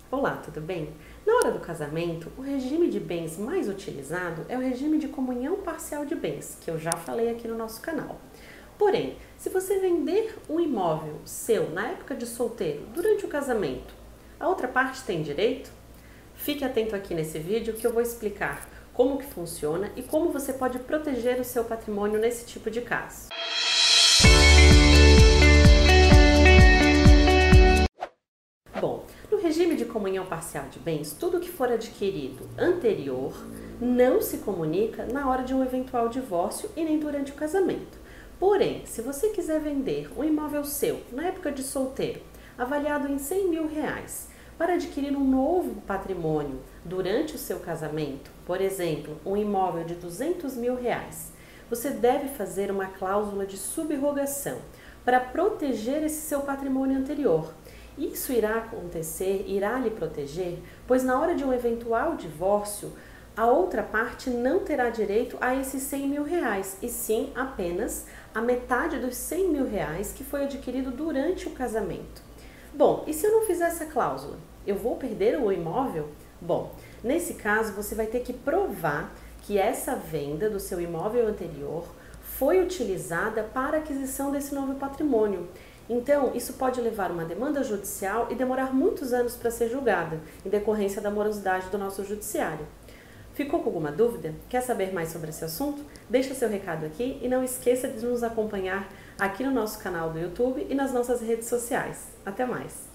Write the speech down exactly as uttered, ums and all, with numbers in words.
Olá, tudo bem? Na hora do casamento, o regime de bens mais utilizado é o regime de comunhão parcial de bens, que eu já falei aqui no nosso canal. Porém, se você vender um imóvel seu na época de solteiro, durante o casamento, a outra parte tem direito? Fique atento aqui nesse vídeo que eu vou explicar como que funciona e como você pode proteger o seu patrimônio nesse tipo de caso. Bom, no regime de comunhão parcial de bens, tudo que for adquirido anterior não se comunica na hora de um eventual divórcio e nem durante o casamento. Porém, se você quiser vender um imóvel seu na época de solteiro, avaliado em cem mil reais, para adquirir um novo patrimônio durante o seu casamento, por exemplo, um imóvel de duzentos mil reais, você deve fazer uma cláusula de subrogação para proteger esse seu patrimônio anterior. Isso irá acontecer, irá lhe proteger, pois na hora de um eventual divórcio, a outra parte não terá direito a esses cem mil reais, e sim apenas a metade dos cem mil reais que foi adquirido durante o casamento. Bom, e se eu não fizer essa cláusula? Eu vou perder o imóvel? Bom, nesse caso você vai ter que provar que essa venda do seu imóvel anterior foi utilizada para a aquisição desse novo patrimônio. Então, isso pode levar uma demanda judicial e demorar muitos anos para ser julgada, em decorrência da morosidade do nosso judiciário. Ficou com alguma dúvida? Quer saber mais sobre esse assunto? Deixa seu recado aqui e não esqueça de nos acompanhar aqui no nosso canal do YouTube e nas nossas redes sociais. Até mais!